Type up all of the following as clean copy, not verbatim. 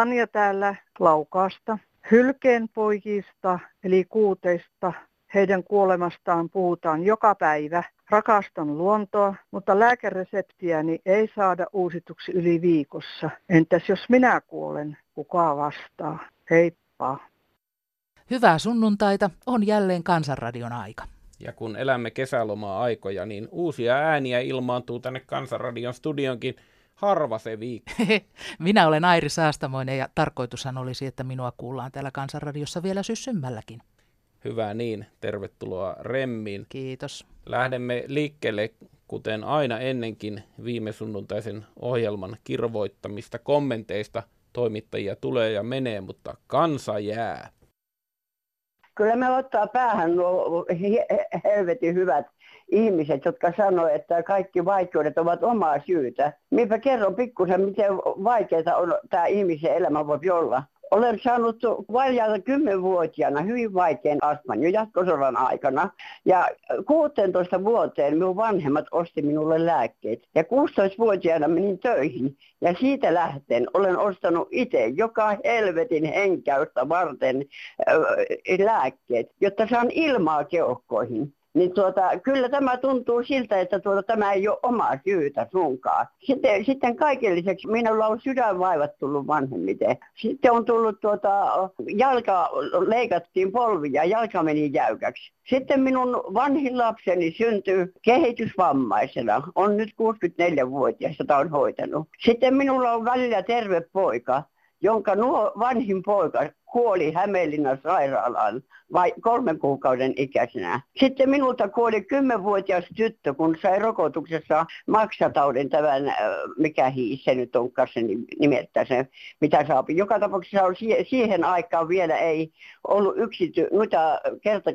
Anja täällä Laukaasta. Hylkeenpoikista eli kuuteista, heidän kuolemastaan puhutaan joka päivä. Rakastan luontoa, mutta lääkereseptiäni ei saada uusituksi yli viikossa. Entäs jos minä kuolen, kuka vastaa? Heippa. Hyvää sunnuntaita, on jälleen Kansanradion aika. Ja kun elämme kesälomaa-aikoja, niin uusia ääniä ilmaantuu tänne Kansanradion studionkin harva se viikko. Minä olen Airi Saastamoinen ja tarkoitushan olisi, että minua kuullaan täällä Kansanradiossa vielä syssymmälläkin. Hyvä niin, tervetuloa Remmiin. Kiitos. Lähdemme liikkeelle, kuten aina ennenkin, viime sunnuntaisen ohjelman kirvoittamista kommenteista. Toimittajia tulee ja menee, mutta kansa jää. Kyllä me ottaa päähän nuo helvetin hyvät ihmiset, jotka sanoo, että kaikki vaikeudet ovat omaa syytä. Minäpä kerron pikkusen, miten vaikeaa on tämä ihmisen elämä voi olla. Olen saanut valjata 10-vuotiaana hyvin vaikean astman jo jatkosodan aikana. Ja 16 vuoteen minun vanhemmat osti minulle lääkkeet. Ja 16-vuotiaana menin töihin. Ja siitä lähtien olen ostanut itse joka helvetin henkäystä varten lääkkeet, jotta saan ilmaa keuhkoihin. Niin kyllä tämä tuntuu siltä, että tämä ei ole omaa syytä sunkaan. Sitten kaiken lisäksi minulla on sydänvaivat tullut vanhemmiten. Sitten on tullut jalka, leikattiin polvi ja jalka meni jäykäksi. Sitten minun vanhin lapseni syntyi kehitysvammaisena. On nyt 64-vuotias, jota on hoitanut. Sitten minulla on välillä terve poika, jonka vanhin poika kuoli Hämeenlinnan sairaalaan 3 kuukauden ikäisenä. Sitten minulta kuoli 10-vuotias tyttö, kun sai rokotuksessa maksataudin tämän, mikä se nyt onkaan se nimeltä se, mitä saapi. Joka tapauksessa on siihen aikaan vielä ei ollut noita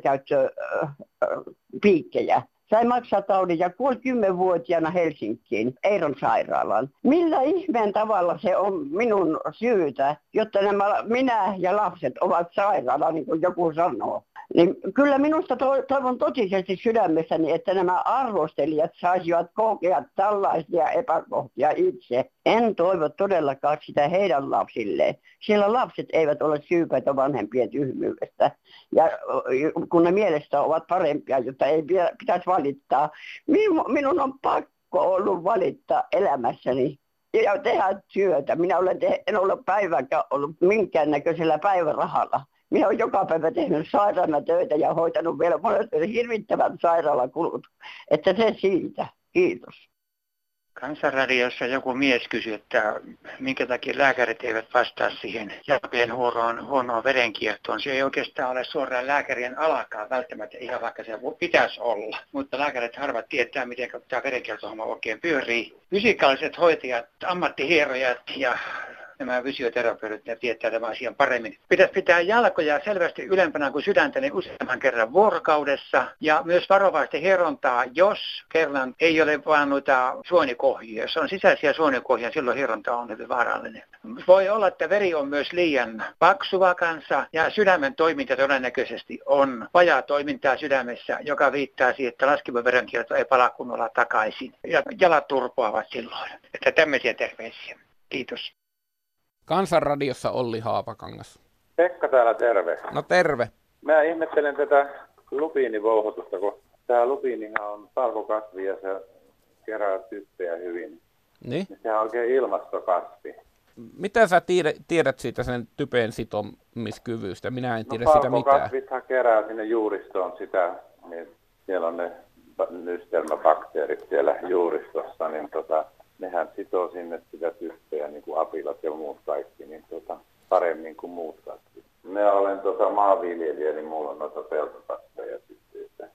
kertakäyttöpiikkejä. Sai maksataudin ja kuoli 10-vuotiaana Helsinkiin, Eiron sairaalaan. Millä ihmeen tavalla se on minun syytä, jotta minä ja lapset ovat sairaala, niin kuin joku sanoo? Niin kyllä minusta toivon totisesti sydämessäni, että nämä arvostelijat saisivat kokea tällaisia epäkohtia itse. En toivo todellakaan sitä heidän lapsilleen, sillä lapset eivät ole syypäitä vanhempien tyhmyydestä. Ja kun ne mielestä ovat parempia, jotta ei pitäisi valittaa. Minun on pakko ollut valittaa elämässäni ja tehdä työtä. Minä en ole päiväänkään ollut minkäännäköisellä päivärahalla. Minä olen joka päivä tehnyt sairaana töitä ja hoitanut vielä monet hirvittävät sairaalakulut. Että se siitä. Kiitos. Kansanradiossa joku mies kysyi, että minkä takia lääkärit eivät vastaa siihen jalkojen huonoon verenkiertoon. Se ei oikeastaan ole suoraan lääkärien alakaan välttämättä, ihan vaikka se pitäisi olla. Mutta lääkärit harvat tietää, miten tämä verenkiertohomma oikein pyörii. Fysikaaliset hoitajat, ammattihierojat ja nämä fysioterapeutit, ne tietää tämän asian paremmin. Pitäisi pitää jalkoja selvästi ylempänä kuin sydäntä niin useamman kerran vuorokaudessa. Ja myös varovaisesti hierontaa, jos kerran ei ole vaan noita suonikohjia. Jos on sisäisiä suonikohjia, silloin hieronta on hyvin vaarallinen. Voi olla, että veri on myös liian paksua kanssa ja sydämen toiminta todennäköisesti on vajaa toimintaa sydämessä, joka viittaa siihen, että laskeva verenkierto ei palaa kunnolla takaisin. Ja jalat turpoavat silloin. Että tämmöisiä terveisiä. Kiitos. Kansanradiossa Olli Haapakangas. Pekka täällä, terve. No terve. Mä ihmettelen tätä lupiinivouhotusta, kun tämä lupiinihan on talkokasvi ja se kerää typpeä hyvin. Niin? Sehän on oikein ilmastokasvi. Mitä sä tiedät siitä sen typeen sitomiskyvystä? Minä en tiedä sitä mitään. Talkokasvithan kerää sinne juuristoon sitä, niin siellä on ne nystelmäbakteerit siellä juuristossa, niin nehän sitoo sinne sitä typpeä, niin kuin apilat ja muut kaikki, niin paremmin kuin muut kasvit. Minä olen maanviljelijä, niin mulla on noita peltokasveja typpeitä.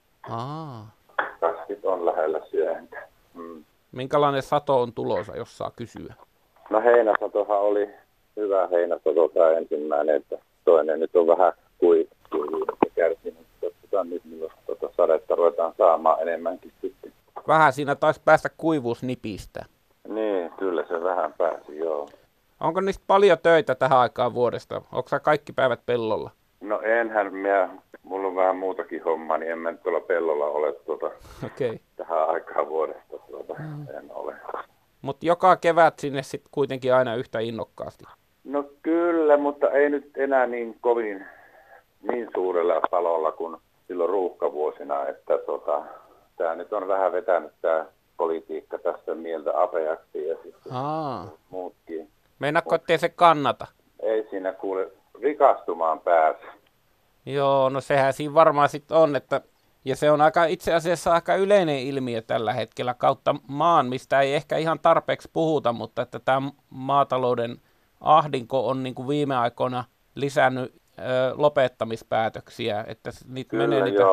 Kasvit on lähellä syöntä. Minkälainen sato on tulossa, jos saa kysyä? No heinäsatohan oli hyvä heinäsato tämä ensimmäinen, että toinen nyt on vähän kuivuutta kärsinyt. Katsotaan nyt, milloin sadetta ruvetaan saamaan enemmänkin sitten. Vähän siinä taisi päästä kuivuusnipistä. Niin, kyllä se vähän pääsi, joo. Onko niistä paljon töitä tähän aikaan vuodesta? Onko sä kaikki päivät pellolla? No enhän mulla on vähän muutakin hommaa, niin en mä tuolla pellolla ole tähän aikaan vuodesta en ole. Mutta joka kevät sinne sitten kuitenkin aina yhtä innokkaasti. No kyllä, mutta ei nyt enää niin kovin niin suurella palolla kuin silloin ruuhkavuosina, että tämä nyt on vähän vetänyt tämä politiikka tästä mieltä apeaksi ja sitten muutkin. Meinaatko, ettei se kannata? Ei siinä kuule rikastumaan pääse. Joo, no sehän siinä varmaan sitten on, että ja se on itse asiassa aika yleinen ilmiö tällä hetkellä kautta maan, mistä ei ehkä ihan tarpeeksi puhuta, mutta että tämä maatalouden ahdinko on niin kuin viime aikoina lisännyt lopettamispäätöksiä, että niitä Kyllä, menee niitä.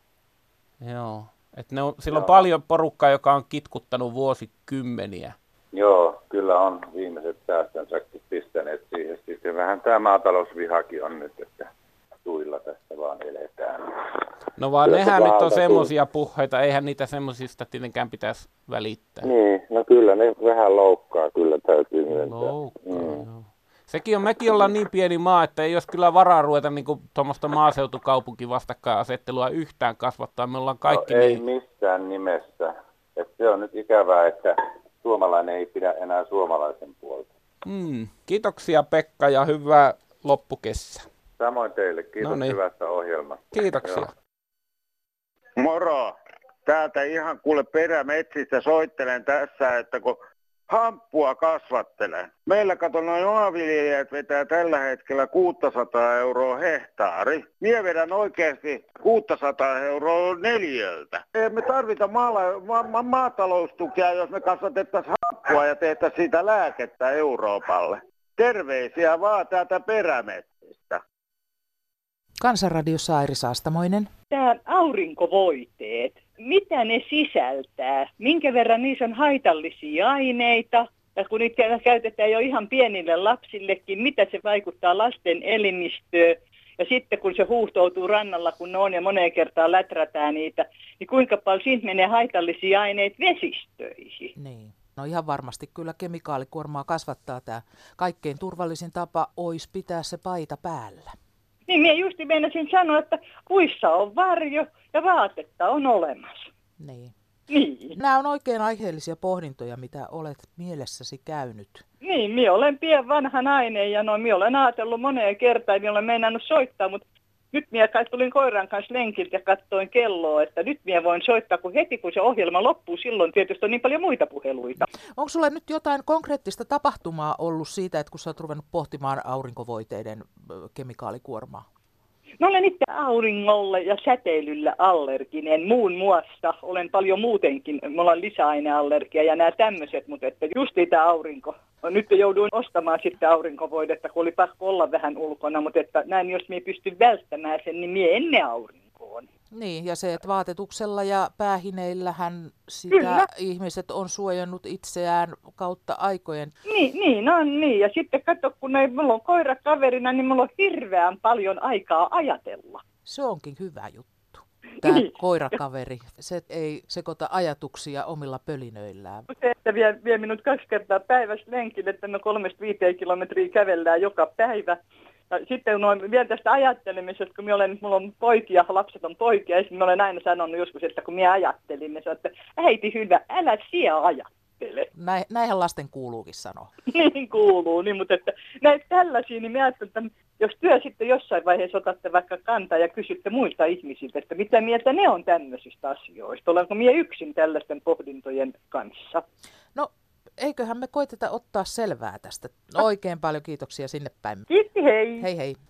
Joo. Että sillä on paljon porukkaa, joka on kitkuttanut vuosikymmeniä. Joo, kyllä on viimeiset säästönsäkin pistäneet siihen. Sitten vähän tämä maatalousvihakin on nyt, että tuilla tästä vaan eletään. No vaan nehän nyt on semmoisia puheita, eihän niitä semmoisista tietenkään pitäisi välittää. Niin, no kyllä ne vähän loukkaa, kyllä täytyy myöntää. Joo. Mekin ollaan niin pieni maa, että ei olisi kyllä varaa ruveta niin tuommoista maaseutukaupunki-vastakkainasettelua yhtään kasvattaa. Me ollaan kaikki ei missään nimessä. Että se on nyt ikävää, että suomalainen ei pidä enää suomalaisen puolta. Kiitoksia Pekka ja hyvää loppukesää. Samoin teille. Kiitos hyvästä ohjelmasta. Kiitoksia. Joo. Moro. Täältä ihan kuule perämetsistä soittelen tässä, että kun hamppua kasvattelen. Meillä kato noin maanviljelijät vetää tällä hetkellä 600 € hehtaari. Mie vedän oikeasti 600 € neliöltä. Ei me tarvita maataloustukea, jos me kasvatettaisiin hamppua ja tehtäisiin siitä lääkettä Euroopalle. Terveisiä vaan täältä perämetsistä. Kansanradiossa Airi Saastamoinen. Tämä aurinkovoiteet, mitä ne sisältää? Minkä verran niissä on haitallisia aineita? Ja kun niitä käytetään jo ihan pienille lapsillekin, mitä se vaikuttaa lasten elimistöön? Ja sitten kun se huuhtoutuu rannalla, kun ne on ja moneen kertaan läträtään niitä, niin kuinka paljon siitä menee haitallisia aineita vesistöihin? Niin. No ihan varmasti kyllä kemikaalikuormaa kasvattaa tämä. Kaikkein turvallisin tapa olisi pitää se paita päällä. Niin minä juuri meinasin sanoa, että puissa on varjo ja vaatetta on olemassa. Niin. Nämä on oikein aiheellisia pohdintoja, mitä olet mielessäsi käynyt. Niin, minä olen pian vanha nainen ja minä olen ajatellut moneen kertaan ja minä olen meinannut soittaa, mutta nyt minä tulin koiran kanssa lenkiltä ja katsoin kelloa, että nyt minä voin soittaa, kun heti kun se ohjelma loppuu, silloin tietysti on niin paljon muita puheluita. Onko sulle nyt jotain konkreettista tapahtumaa ollut siitä, että kun sä oot ruvennut pohtimaan aurinkovoiteiden kemikaalikuormaa? No olen itse auringolle ja säteilyllä allerginen. Muun muassa olen paljon muutenkin, mulla on lisäaineallergia ja nämä tämmöiset, mutta että justi tämä aurinko. Nyt jouduin ostamaan sitten aurinkovoidetta, kun oli pakko olla vähän ulkona, mutta että näin jos minä pystyn välttämään sen, niin minä ennen aurinkoon. Niin, ja se, että vaatetuksella ja päähineillähän sitä Kyllä. ihmiset on suojannut itseään kautta aikojen. Niin on niin. Ja sitten katso, kun mulla on koira kaverina, niin mulla on hirveän paljon aikaa ajatella. Se onkin hyvä juttu. Tämä koirakaveri, se ei sekoita ajatuksia omilla pölinöillään. Se, että vie minut 2 kertaa päivässä lenkille, että me 3-5 kilometriä kävellään joka päivä. Ja sitten vielä tästä ajattelemisesta, kun mulla on poikia, lapset on poikia, ja sitten olen aina sanonut joskus, että kun minä ajattelin, niin että äiti hyvä, älä sinä ajattele. Näinhän lasten kuuluukin sanoa. Niin kuuluu, niin, mutta että näitä tällaisia, niin minä ajattelin, että jos työ sitten jossain vaiheessa otatte vaikka kantaa ja kysytte muilta ihmisiltä, että mitä mieltä ne on tämmöisistä asioista, olenko minä yksin tällaisten pohdintojen kanssa? No, eiköhän me koiteta ottaa selvää tästä. Oikein paljon kiitoksia sinne päin. Kiitti, hei. Hei hei.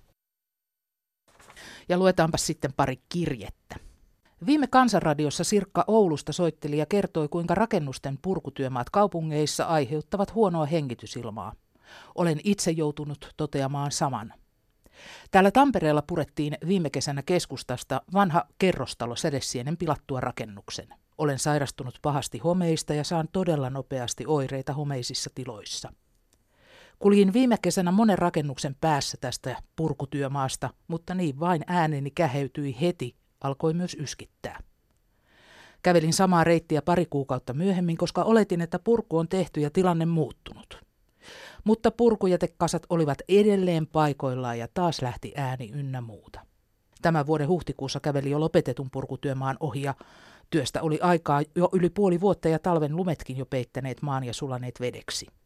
Ja luetaanpa sitten pari kirjettä. Viime Kansanradiossa Sirkka Oulusta soitteli ja kertoi, kuinka rakennusten purkutyömaat kaupungeissa aiheuttavat huonoa hengitysilmaa. Olen itse joutunut toteamaan saman. Täällä Tampereella purettiin viime kesänä keskustasta vanha kerrostalo Sädesienen pilattua rakennuksen. Olen sairastunut pahasti homeista ja saan todella nopeasti oireita homeisissa tiloissa. Kuljin viime kesänä monen rakennuksen päässä tästä purkutyömaasta, mutta niin vain ääneni käheytyi heti, alkoi myös yskittää. Kävelin samaa reittiä 2 kuukautta myöhemmin, koska oletin, että purku on tehty ja tilanne muuttunut. Mutta purkujätekasat olivat edelleen paikoillaan ja taas lähti ääni ynnä muuta. Tämän vuoden huhtikuussa käveli jo lopetetun purkutyömaan ohi ja työstä oli aikaa jo yli puoli vuotta ja talven lumetkin jo peittäneet maan ja sulaneet vedeksi.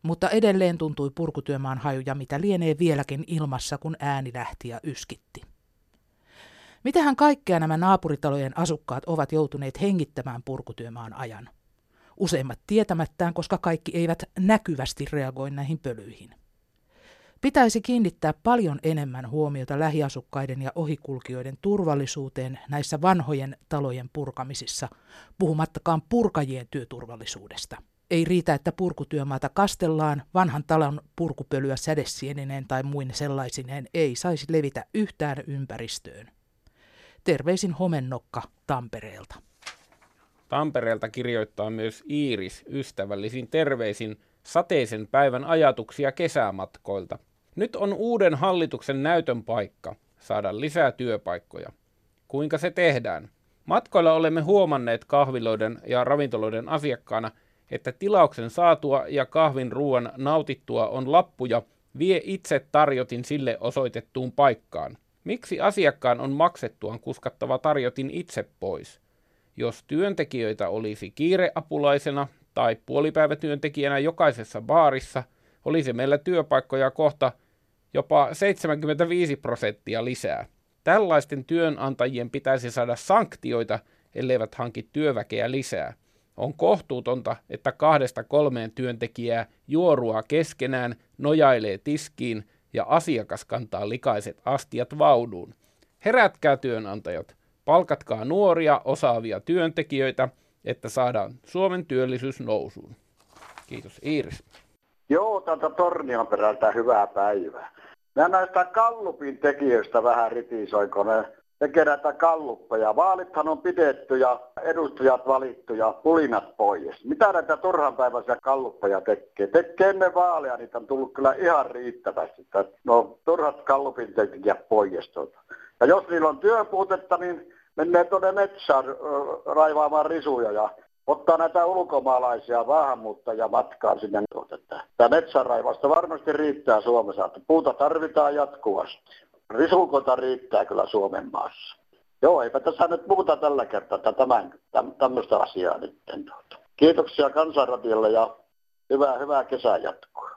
Mutta edelleen tuntui purkutyömaan hajuja, mitä lienee vieläkin ilmassa, kun ääni lähti ja yskitti. Mitähän kaikkea nämä naapuritalojen asukkaat ovat joutuneet hengittämään purkutyömaan ajan? Useimmat tietämättään, koska kaikki eivät näkyvästi reagoi näihin pölyihin. Pitäisi kiinnittää paljon enemmän huomiota lähiasukkaiden ja ohikulkijoiden turvallisuuteen näissä vanhojen talojen purkamisissa, puhumattakaan purkajien työturvallisuudesta. Ei riitä, että purkutyömaata kastellaan, vanhan talon purkupölyä sädesienineen tai muine sellaisineen ei saisi levitä yhtään ympäristöön. Terveisin Homennokka Tampereelta. Tampereelta kirjoittaa myös Iiris ystävällisin terveisin sateisen päivän ajatuksia kesämatkoilta. Nyt on uuden hallituksen näytön paikka saada lisää työpaikkoja. Kuinka se tehdään? Matkoilla olemme huomanneet kahviloiden ja ravintoloiden asiakkaana, että tilauksen saatua ja kahvin ruoan nautittua on lappuja vie itse tarjotin sille osoitettuun paikkaan. Miksi asiakkaan on maksettuaan kuskattava tarjotin itse pois? Jos työntekijöitä olisi kiireapulaisena tai puolipäivätyöntekijänä jokaisessa baarissa, olisi meillä työpaikkoja kohta jopa 75% lisää. Tällaisten työnantajien pitäisi saada sanktioita, elleivät hanki työväkeä lisää. On kohtuutonta, että 2-3 työntekijää juorua keskenään, nojailee tiskiin ja asiakas kantaa likaiset astiat vaunuun. Herätkää työnantajat, palkatkaa nuoria, osaavia työntekijöitä, että saadaan Suomen työllisyys nousuun. Kiitos Iiris. Joo, täältä Tornionperältä hyvää päivää. Mä näistä Gallupin tekijöistä vähän ritisoin, ne tekee näitä galluppeja. Vaalithan on pidetty ja edustajat valittu ja pulinat pois. Mitä näitä turhanpäiväisiä galluppeja tekee? Tekee ennen vaaleja, niitä on tullut kyllä ihan riittävästi. No turhat Gallupin tekijät pois tuota. Ja jos niillä on työpuutetta, niin menee tuonne metsään raivaamaan risuja ja ottaa näitä ulkomaalaisia maahanmuuttajia matkaan sinne. Tämä metsänraivausta varmasti riittää Suomessa. Puuta tarvitaan jatkuvasti. Risukota riittää kyllä Suomen maassa. Joo, eipä tässä nyt muuta tällä kertaa tämmöistä asiaa nyt. Kiitoksia Kansanradiolle ja hyvää kesän jatkoa.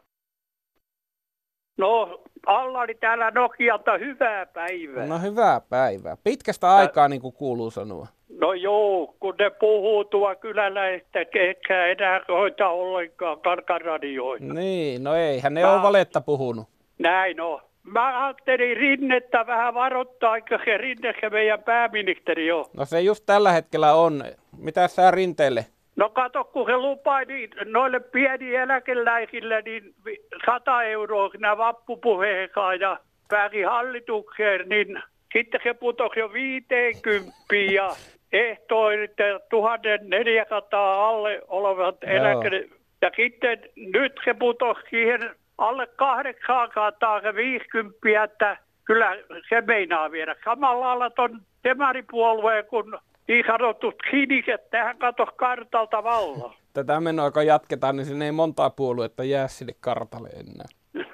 No, Allani täällä Nokialta, hyvää päivää. No hyvää päivää. Pitkästä aikaa, niin kuin kuuluu sanoa. No joo, kun ne puhuu tuolla kylällä, että eikä enää hoita ollenkaan Kansanradioita. Niin, no eihän ne ole valetta puhunut. Näin on. Mä ajattelin Rinnettä vähän varoittaa, eikä se Rinne meidän pääministeri on. No se just tällä hetkellä on. Mitä sä Rinteelle? No kato, kun he lupaa niin, noille pieni eläkeläisille niin 100 euroa nämä vappupuheenkaan ja pääsi hallitukseen, niin sitten se putosi jo 50 ja ehtoin, että 1400 alle olevat eläkeläiset. Ja sitten nyt se putosi siihen alle 800 se 50, että kyllä se meinaa viedä. Samalla lailla ton demaripuolueen, kun niin sanotut siniset, tähän kato kartalta vallan. Tätä menoa, kun jatketaan, niin sinne ei montaa puoluetta jää sinne kartalle enää.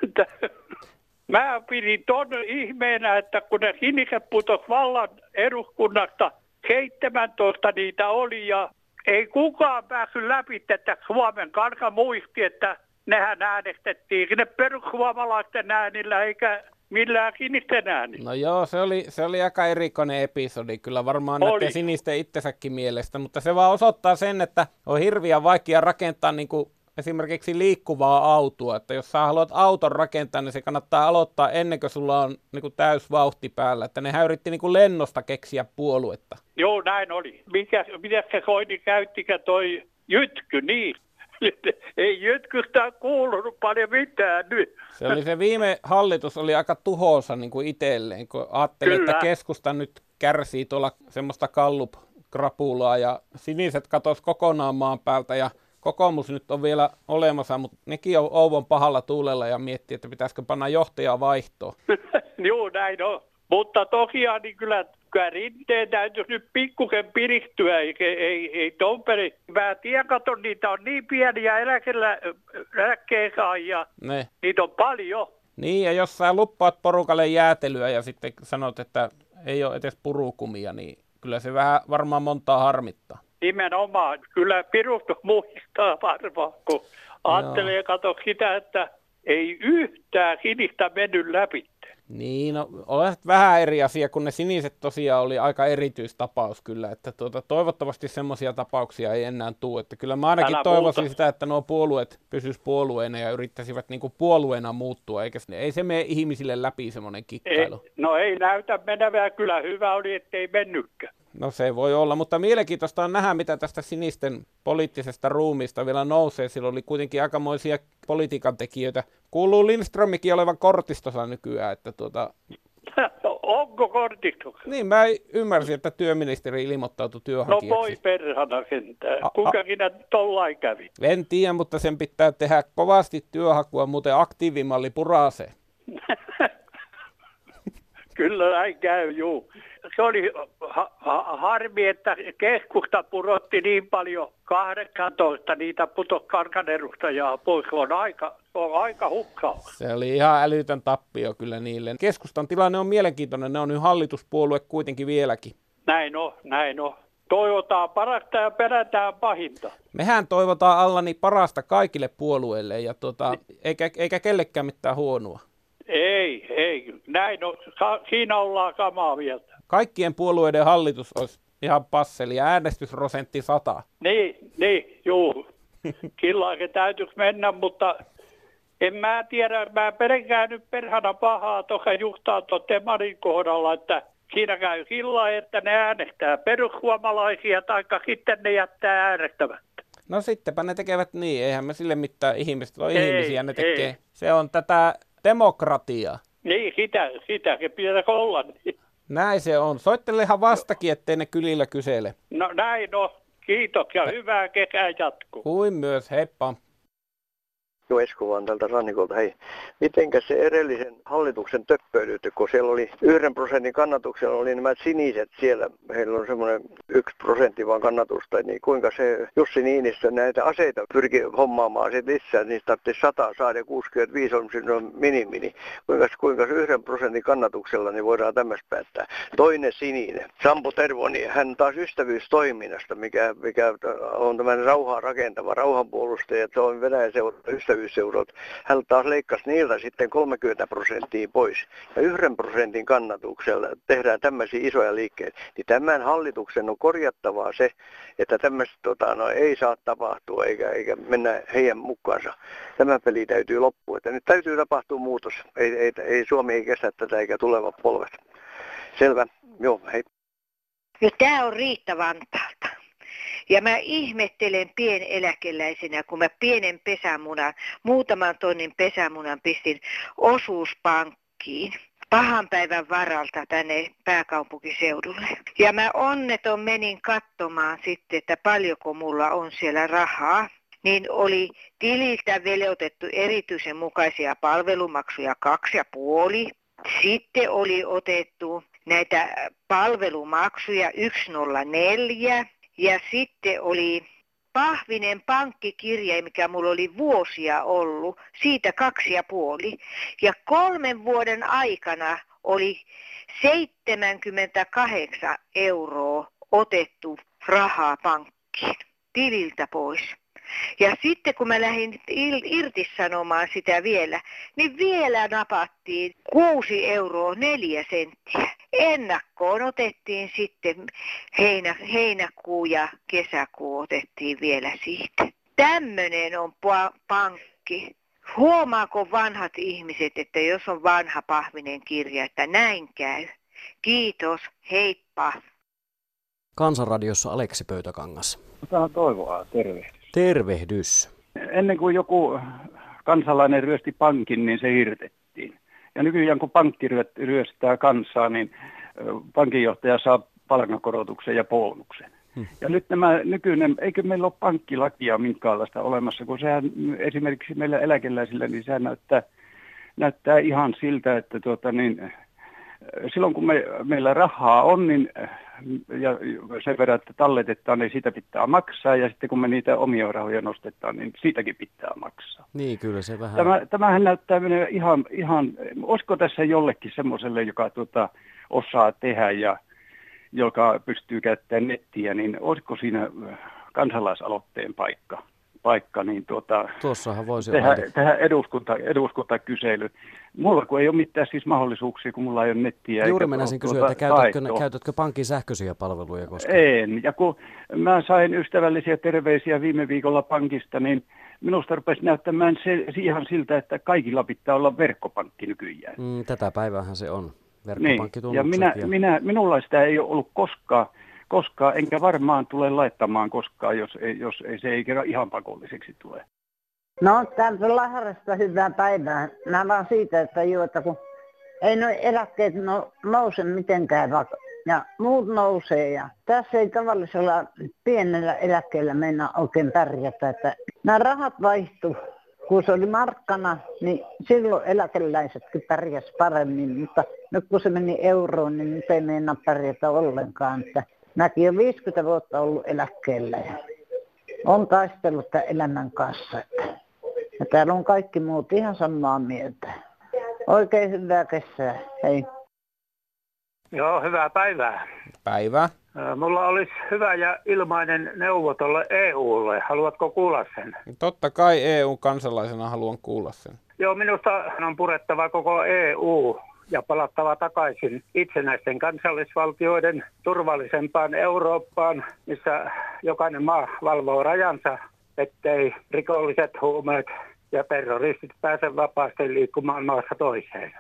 Mä pidin ton ihmeenä, että kun ne siniset putos vallan eduskunnasta, 17 niitä oli ja ei kukaan päässyt läpi, että Suomen kansa muisti, että nehän äänestettiin sinne perussuomalaisten äänillä eikä millään sinisten äänillä. No joo, se oli aika erikoinen episodi, kyllä varmaan näiden sinisten itsensäkin mielestä, mutta se vaan osoittaa sen, että on hirveän vaikea rakentaa niin kuin esimerkiksi liikkuvaa autoa, että jos sä haluat auton rakentaa, niin se kannattaa aloittaa ennen kuin sulla on niin kuin täys vauhti päällä, että ne yritti niin kuin lennosta keksiä puoluetta. Joo, näin oli. Mitä se Soini käyttikä toi Jytky, niin? Ei Jytkystä kuulunut paljon mitään nyt. Se oli se viime hallitus oli aika tuhoisa niin kuin itselleen, kun ajattelin, että keskusta nyt kärsii tuolla semmoista Gallup-krapulaa ja siniset katosi kokonaan maan päältä ja kokoomus nyt on vielä olemassa, mutta nekin on Ouvon pahalla tuulella ja miettii, että pitäisikö panna johtajaa vaihtoon. Joo, näin on. Mutta tosiaan niin kyllä Rinteen täytyisi nyt pikkusen piristyä, ei Tomperi. Mä tiedän, katon, niitä on niin pieniä eläkkeensaajia, niitä on paljon. Niin, ja jos sä luppaat porukalle jäätelyä ja sitten sanot, että ei ole edes purukumia, niin kyllä se vähän varmaan montaa harmittaa. nimenomaan. Kyllä Pirusta muistaa varmaan, kun ajattelee kato sitä, että ei yhtään sinistä mennyt läpi. Niin, no on vähän eri asia, kun ne siniset tosiaan oli aika erityistapaus kyllä, että toivottavasti semmoisia tapauksia ei enää tule, että kyllä mä ainakin toivoisin sitä, että nuo puolueet pysyisivät puolueena ja yrittäisivät niinku puolueena muuttua, eikä ei se mene ihmisille läpi semmoinen kikkailu. Ei näytä menevää, kyllä hyvä oli, ettei mennytkään. No se voi olla, mutta mielenkiintoista on nähdä, mitä tästä sinisten poliittisesta ruumiista vielä nousee. Sillä oli kuitenkin aikamoisia politiikan tekijöitä. Kuuluu Lindströmikin olevan kortistossa nykyään. Että Onko kortistossa? Niin, mä ymmärsin, että työministeri ilmoittautui työhakijaksi. No voi perhana sentään. Kuinka sinä tollain kävi? En tiedä, mutta sen pitää tehdä kovasti työhakua, muuten aktiivimalli purasee. Kyllä näin käy, juu. Se oli harmi, että keskusta purotti niin paljon 18 niitä kansanedustajaa pois. Se on aika hukkaus. Se oli ihan älytön tappio kyllä niille. Keskustan tilanne on mielenkiintoinen, ne on nyt hallituspuolue kuitenkin vieläkin. Näin on. Toivotaan parasta ja pelätään pahinta. Mehän toivotaan Allani parasta kaikille puolueille ja eikä kellekään mitään huonoa. Ei. Näin on. Siinä ollaan samaa mieltä. Kaikkien puolueiden hallitus olisi ihan passeli ja äänestysprosentti 100. Niin, juu. Killainen täytyisi mennä, mutta en mä tiedä. Mä pelkään nyt perhana pahaa tuossa justaan tuon Temarin kohdalla, että siinä käy sillä, että ne äänestää perussuomalaisia tai sitten ne jättää äänestämättä. No sittenpä ne tekevät niin. Eihän me sille mitään ihmisiä ne tekee. Ei. Se on tätä demokratiaa. Niin, sitä se pitäisi olla. Niin. Näin se on. Soittelehan vastakin, ettei ne kylillä kysele. No näin on. Kiitos ja hyvää kesää jatkuu. Kuin myös, heippa. Esko vaan tältä rannikolta. Hei, mitenkä se edellisen hallituksen töppöilyt, kun siellä oli 1% kannatuksella, oli nämä siniset siellä, heillä on semmoinen 1% vaan kannatusta, niin kuinka se Jussi Niinistö näitä aseita pyrki hommaamaan sitten lisää, niistä tarvitsisi 100 saada ja 65 on minimi, kuinka se 1% kannatuksella niin voidaan tämmöistä päättää. Toinen sininen, Sampo Tervo, niin hän taas ystävyystoiminnasta, mikä on tämmöinen rauhaa rakentava rauhanpuolustaja, että se on Venäjän ystävyysseurot. Hän taas leikkasi niiltä sitten 30% pois. Ja 1% kannatuksella tehdään tämmöisiä isoja liikkeitä. Niin tämän hallituksen on korjattavaa se, että tämmöistä ei saa tapahtua eikä mennä heidän mukaansa. Tämä peli täytyy loppua. Että nyt täytyy tapahtua muutos. Ei Suomi ei kestä tätä eikä tulevat polvet. Selvä. Joo, hei. No tää on Riitta Vantaalta. Ja mä ihmettelen pieneläkeläisenä, kun mä pienen pesämunan, muutaman tonnin pesämunan pistin osuuspankkiin pahan päivän varalta tänne pääkaupunkiseudulle. Ja mä onneton menin katsomaan sitten, että paljonko mulla on siellä rahaa. Niin oli tililtä velotettu erityisen mukaisia palvelumaksuja 2,5. Sitten oli otettu näitä palvelumaksuja 104. Ja sitten oli pahvinen pankkikirja, mikä mulla oli vuosia ollut, siitä 2,5. Ja 3 vuoden aikana oli 78 € otettu rahaa pankkiin, tililtä pois. Ja sitten kun mä lähdin irtisanomaan sitä vielä, niin vielä napattiin 6,04 €. Ennakkoon otettiin sitten heinäkuu ja kesäkuu otettiin vielä siitä. Tämmöinen on pankki. Huomaako vanhat ihmiset, että jos on vanha pahvinen kirja, että näin käy? Kiitos, heippa. Kansanradiossa Aleksi Pöytäkangas. Tämä on Toivoa, tervehdys. Tervehdys. Ennen kuin joku kansalainen ryösti pankin, niin se hirtettiin. Ja nykyään kun pankki ryöstää kansaa, niin pankinjohtaja saa palkankorotuksen ja bonuksen. Ja nyt eikö meillä ole pankkilakia minkäänlaista olemassa, kun sehän esimerkiksi meillä eläkeläisillä, niin sehän näyttää ihan siltä, että silloin kun meillä rahaa on, niin ja sen verran, että talletetaan, niin siitä pitää maksaa, ja sitten kun me niitä omia rahoja nostetaan, niin siitäkin pitää maksaa. Niin, kyllä se vähän. Tämähän näyttää ihan olisiko tässä jollekin semmoiselle, joka osaa tehdä, ja joka pystyy käyttämään nettiä, niin olisiko siinä kansalaisaloitteen paikka niin Tuossahan voisi tehdä eduskuntakysely. Mulla kun ei ole mitään siis mahdollisuuksia, kun mulla ei ole nettiä. Juuri menisin kysyä, että käytätkö pankin sähköisiä palveluja koskaan? En. Ja kun mä sain ystävällisiä terveisiä viime viikolla pankista, niin minusta rupesi näyttämään ihan siltä, että kaikilla pitää olla verkkopankki nykyään. Tätä päiväähän se on. Verkkopankkitunnukset. Niin. Ja minulla sitä ei ole ollut koskaan, enkä varmaan tule laittamaan koskaan, jos se ei kerran ihan pakolliseksi tule. No, täältä Lahdesta hyvää päivää. Mä vaan siitä, että kun ei nuo eläkkeet nouse mitenkään, ja muut nousee. Ja tässä ei tavallisella pienellä eläkkeellä mennä oikein pärjätä. Että nämä rahat vaihtuu. Kun se oli markkana, niin silloin eläkeläisetkin pärjäsivät paremmin. Mutta nyt kun se meni euroon, niin nyt ei meinaa pärjätä ollenkaan. Että mäkin olen 50 vuotta ollut eläkkeellä ja olen taistellut tämän elämän kanssa. Ja täällä on kaikki muut ihan samaa mieltä. Oikein hyvää kesää. Hei. Joo, hyvää päivää. Päivää. Mulla olisi hyvä ja ilmainen neuvo tuolle EUlle. Haluatko kuulla sen? Totta kai EU-kansalaisena haluan kuulla sen. Joo, minusta on purettava koko EU ja palattava takaisin itsenäisten kansallisvaltioiden turvallisempaan Eurooppaan, missä jokainen maa valvoo rajansa, ettei rikolliset, huumeet ja terroristit pääse vapaasti liikkumaan maassa toiseen.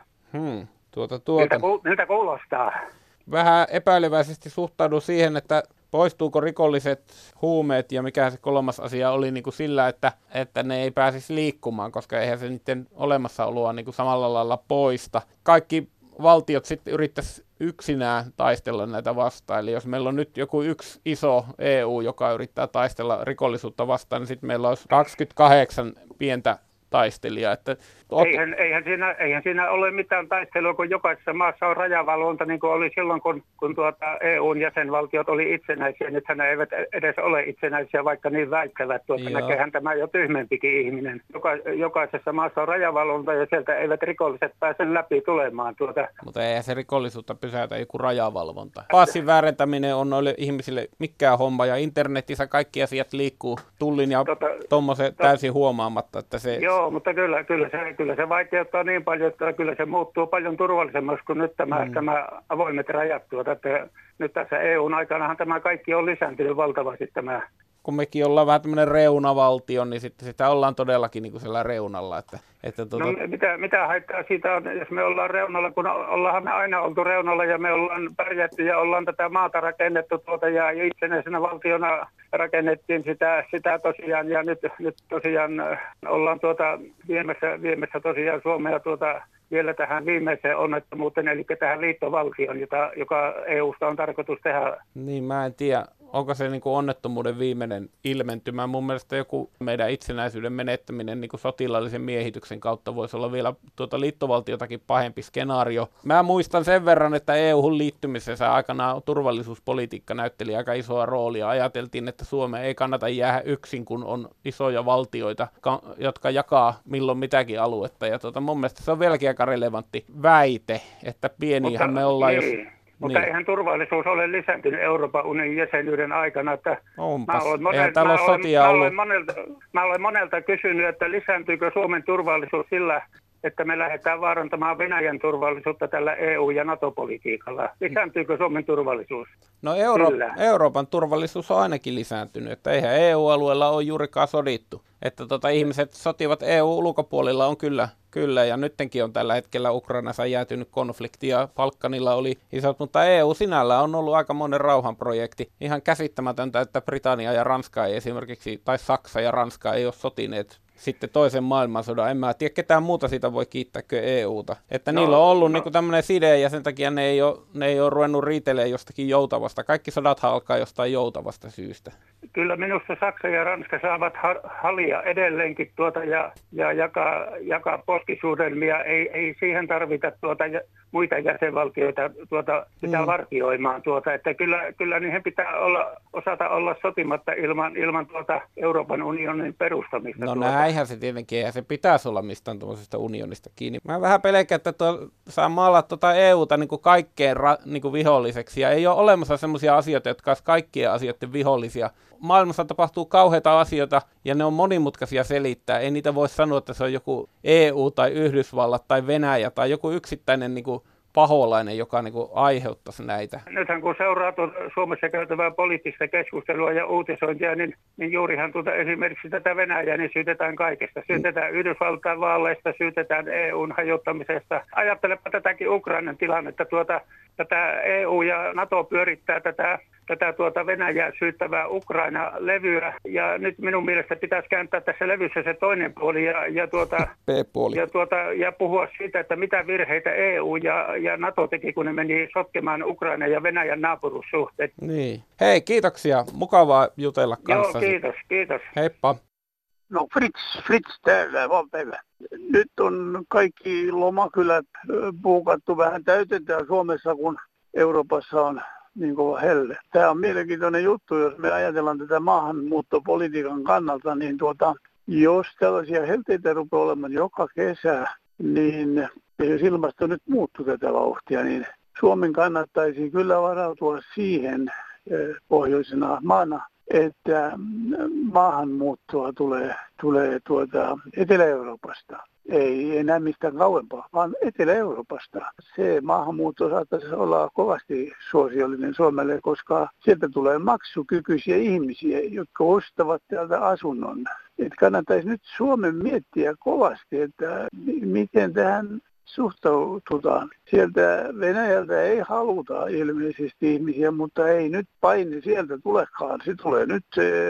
Miltä kuulostaa? Vähän epäileväisesti suhtaudun siihen, että poistuuko rikolliset, huumeet ja mikä se kolmas asia oli niin kuin sillä, että ne ei pääsisi liikkumaan, koska eihän se niiden olemassaoloa niin kuin samalla lailla poista. Kaikki valtiot sitten yrittäisi yksinään taistella näitä vastaan. Eli jos meillä on nyt joku yksi iso EU, joka yrittää taistella rikollisuutta vastaan, niin sitten meillä olisi 28 pientä taistelija. Eihän siinä ole mitään taistelua, kun jokaisessa maassa on rajavalvonta, niin kuin oli silloin, kun EUn jäsenvaltiot oli itsenäisiä. Nythän ne eivät edes ole itsenäisiä, vaikka niin väittävät. Näkeehän tämä jo tyhmempikin ihminen. Jokaisessa maassa on rajavalvonta ja sieltä eivät rikolliset pääse läpi tulemaan. Mutta eihän se rikollisuutta pysäytä joku rajavalvonta. Passin väärentäminen on noille ihmisille mikään homma ja internetissä kaikki asiat liikkuu tullin ja tommoisen täysin huomaamatta, että se... Joo, mutta kyllä se vaikeuttaa niin paljon, että kyllä se muuttuu paljon turvallisemmaksi kuin nyt tämä avoimet rajat. Että nyt tässä EUn aikanahan tämä kaikki on lisääntynyt valtavasti tämä. Kun mekin ollaan vähän tämmöinen reunavaltio, niin sitten sitä ollaan todellakin niin kuin siellä reunalla. No mitä haittaa siitä on, jos me ollaan reunalla, kun ollaan me aina oltu reunalla ja me ollaan pärjätty ja ollaan tätä maata rakennettu ja itsenäisenä valtiona rakennettiin sitä tosiaan ja nyt tosiaan ollaan viemässä tosiaan Suomea vielä tähän viimeiseen onnettomuuteen, eli tähän liittovaltioon, joka EUsta on tarkoitus tehdä. Niin, mä en tiedä, onko se niin kuin onnettomuuden viimeinen ilmentymä. Mun mielestä joku meidän itsenäisyyden menettäminen niin kuin sotilaallisen miehityksen kautta voisi olla vielä liittovaltiotakin pahempi skenaario. Mä muistan sen verran, että EU:hun liittymisessä aikanaan turvallisuuspolitiikka näytteli aika isoa roolia. Ajateltiin, että Suomeen ei kannata jäädä yksin, kun on isoja valtioita, jotka jakaa milloin mitäkin aluetta. Ja mun mielestä se on vieläkin aika relevantti väite, että pienihän me ollaan, jos... Mutta eihän turvallisuus ole lisääntynyt Euroopan unionin jäsenyyden aikana. Että mä olen monelta kysynyt, että lisääntyykö Suomen turvallisuus sillä, että me lähdetään vaarantamaan Venäjän turvallisuutta tällä EU- ja NATO-politiikalla. Lisääntyykö Suomen turvallisuus? No Euroopan turvallisuus on ainakin lisääntynyt, että eihän EU-alueella ole juurikaan sodittu. Että ihmiset sotivat EU-ulkopuolella on kyllä, ja nyttenkin on tällä hetkellä Ukrainassa jäätynyt konflikti ja Balkanilla oli isot, mutta EU sinällä on ollut aika monen rauhanprojekti. Ihan käsittämätöntä, että Britannia ja Ranska ei esimerkiksi, tai Saksa ja Ranska ei ole sotineet sitten toisen maailmansodan. En mä tiedä, ketään muuta siitä voi kiittää kuin EUta. Että niillä on ollut niin tämmöinen side ja sen takia ne ei ole ruvennut riitelemään jostakin joutavasta. Kaikki sodathan alkaa jostain joutavasta syystä. Kyllä minusta Saksa ja Ranska saavat halia edelleenkin ja jakaa poskisuudelmia. Ei siihen tarvita muita jäsenvaltioita sitä vartioimaan. Että kyllä niihin pitää osata olla sotimatta ilman Euroopan unionin perustamista. No näin näinhän se tietenkin, eihän se pitäisi olla mistään tuollaisesta unionista kiinni. Mä vähän pelkään, että saa maalaa EUta niin kuin kaikkeen niin kuin viholliseksi, ja ei ole olemassa sellaisia asioita, jotka olisivat kaikkien asioiden vihollisia. Maailmassa tapahtuu kauheita asioita, ja ne on monimutkaisia selittää. Ei niitä voi sanoa, että se on joku EU tai Yhdysvallat tai Venäjä tai joku yksittäinen niin kuin paholainen, joka niin kuin aiheuttaisi näitä. Nythän kun seuraa Suomessa käytävää poliittista keskustelua ja uutisointia, niin juurihan esimerkiksi tätä Venäjää niin syytetään kaikesta. Syytetään Yhdysvaltain vaaleista, syytetään EUn hajottamisesta. Ajattelepa tätäkin Ukrainan tilannetta. Tätä EU ja NATO pyörittää tätä Venäjää syyttävää Ukraina-levyä. Ja nyt minun mielestä pitäisi kääntää tässä levyssä se toinen puoli B-puoli. Ja puhua siitä, että mitä virheitä EU ja NATO teki, kun ne meni sotkemaan Ukraina ja Venäjän naapuruussuhteet. Niin. Hei, kiitoksia. Mukavaa jutella kanssasi. Joo, kiitos. Heippa. No Fritz täällä, päivä. Nyt on kaikki lomakylät buukattu vähän täytetään Suomessa, kun Euroopassa on niin kova helle. Tämä on mielenkiintoinen juttu, jos me ajatellaan tätä maahanmuuttopolitiikan kannalta, niin jos tällaisia helteitä rupeaa olemaan joka kesä, niin jos ilmasto nyt muuttuu tätä vauhtia, niin Suomen kannattaisi kyllä varautua siihen pohjoisena maana, että maahanmuuttoa tulee Etelä-Euroopasta. Ei enää mistään kauempaa, vaan Etelä-Euroopasta. Se maahanmuutto saattaisi olla kovasti suosiollinen Suomelle, koska sieltä tulee maksukykyisiä ihmisiä, jotka ostavat täältä asunnon. Et kannattaisi nyt Suomen miettiä kovasti, että miten tähän suhtaututaan. Sieltä Venäjältä ei haluta ilmeisesti ihmisiä, mutta ei nyt paine sieltä tulekaan. Se tulee nyt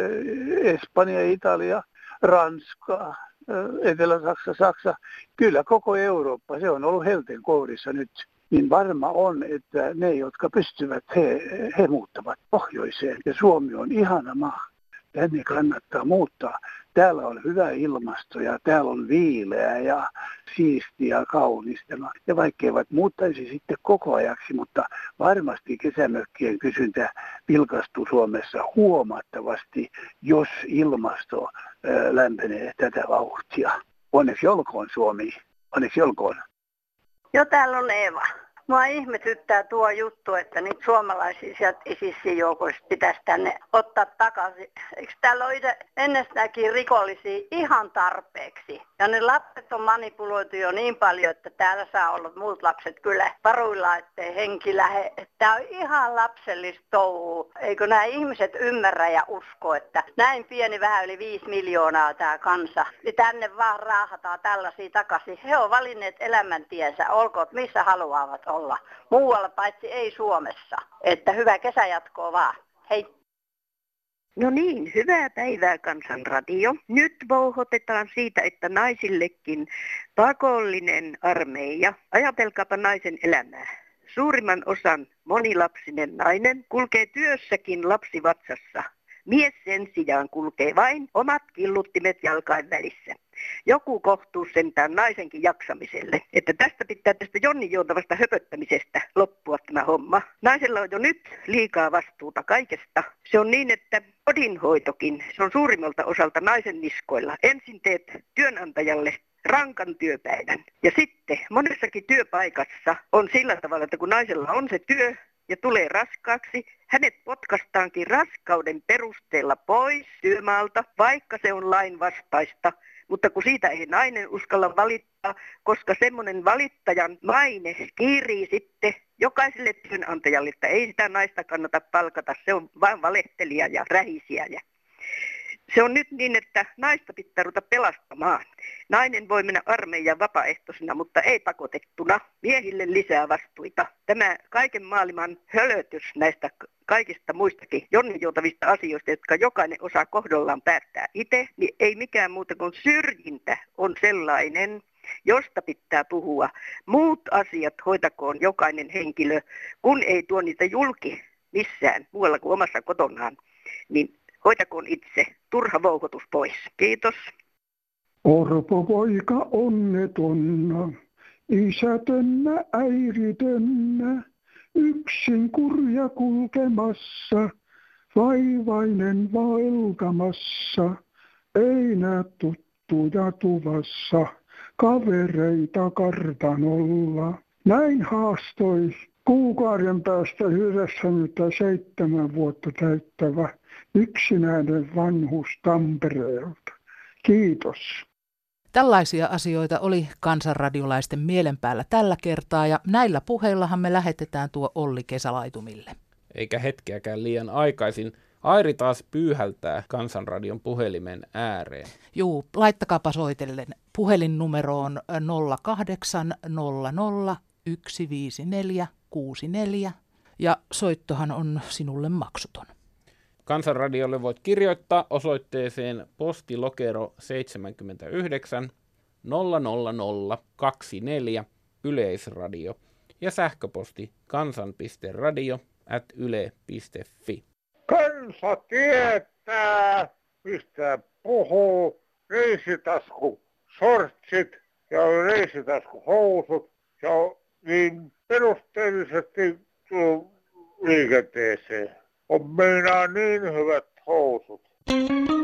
Espanja, Italia, Ranska, Etelä-Saksa, Saksa. Kyllä koko Eurooppa, se on ollut helteen kourissa nyt. Niin varma on, että ne, jotka pystyvät, he muuttavat pohjoiseen. Ja Suomi on ihana maa. Tänne kannattaa muuttaa. Täällä on hyvä ilmasto ja täällä on viileä ja siistiä ja kaunista. Ja vaikka eivät muuttaisi sitten koko ajaksi, mutta varmasti kesämökkien kysyntä vilkastuu Suomessa huomattavasti, jos ilmasto lämpenee tätä vauhtia. Onneksi olkoon Suomi. Onneksi olkoon. Jo täällä on Eeva. Mua ihmetyttää tuo juttu, että niitä suomalaisia sieltä ISIS-joukoista pitäisi tänne ottaa takaisin. Eikö täällä ole ennestänkin rikollisia ihan tarpeeksi? Ja ne lapset on manipuloitu jo niin paljon, että täällä saa olla muut lapset kyllä varuilla, ettei henki lähe. Tämä on ihan lapsellista touhua. Eikö nämä ihmiset ymmärrä ja usko, että näin pieni vähän yli 5 miljoonaa tämä kansa. Niin tänne vaan raahataan tällaisia takaisin. He on valinneet elämäntiensä, olkoon missä haluavat olla. Muualla paitsi ei Suomessa. Että hyvää kesäjatkoa vaan. Hei! No niin, hyvää päivää Kansanradio. Nyt vouhotetaan siitä, että naisillekin pakollinen armeija. Ajatelkaapa naisen elämää. Suurimman osan monilapsinen nainen kulkee työssäkin lapsi vatsassa. Mies sen sijaan kulkee vain omat killuttimet jalkain välissä. Joku kohtuus sentään naisenkin jaksamiselle, että tästä Jonnin joutavasta höpöttämisestä loppua tämä homma. Naisella on jo nyt liikaa vastuuta kaikesta. Se on niin, että kodinhoitokin, se on suurimmalta osalta naisen niskoilla. Ensin teet työnantajalle rankan työpäivän. Ja sitten monessakin työpaikassa on sillä tavalla, että kun naisella on se työ ja tulee raskaaksi, hänet potkastaankin raskauden perusteella pois työmaalta, vaikka se on lainvastaista. Mutta kun siitä ei nainen uskalla valittaa, koska semmoinen valittajan maine kiirii sitten jokaiselle työnantajalle, että ei sitä naista kannata palkata, se on vain valehtelija ja rähisiä. Se on nyt niin, että naista pitää ruveta pelastamaan. Nainen voi mennä armeijaan vapaaehtoisena, mutta ei pakotettuna. Miehille lisää vastuita. Tämä kaiken maailman hölötys näistä kaikista muistakin jonninjoutavista asioista, jotka jokainen osaa kohdollaan päättää itse, niin ei mikään muuta kuin syrjintä on sellainen, josta pitää puhua. Muut asiat hoitakoon jokainen henkilö, kun ei tuo niitä julki missään muualla kuin omassa kotonaan, niin hoitakoon itse. Turha vouhotus pois. Kiitos. Orpopoika onnetonna, isätönnä äiritönnä, yksin kurja kulkemassa, vaivainen vaeltamassa, ei näe juttuja tuvassa, kavereita kartanolla. Näin haastoi kuukauden päästä 97 vuotta täyttävä yksinäinen vanhus Tampereelta. Kiitos. Tällaisia asioita oli kansanradiolaisten mielen päällä tällä kertaa ja näillä puheillahan me lähetetään tuo Olli kesälaitumille. Eikä hetkeäkään liian aikaisin. Airi taas pyyhältää Kansanradion puhelimen ääreen. Juu, laittakaapa soitellen. Puhelinnumero on 0800 154 64 ja soittohan on sinulle maksuton. Kansanradiolle voit kirjoittaa osoitteeseen postilokero 79 00024 Yleisradio ja sähköposti kansan.radio@yle.fi. Kansa tietää, mistä puhuu. Reisitasku sortsit ja reisitasku housut ja niin perusteellisesti liikenteeseen. On meinaa niin hyvät housut.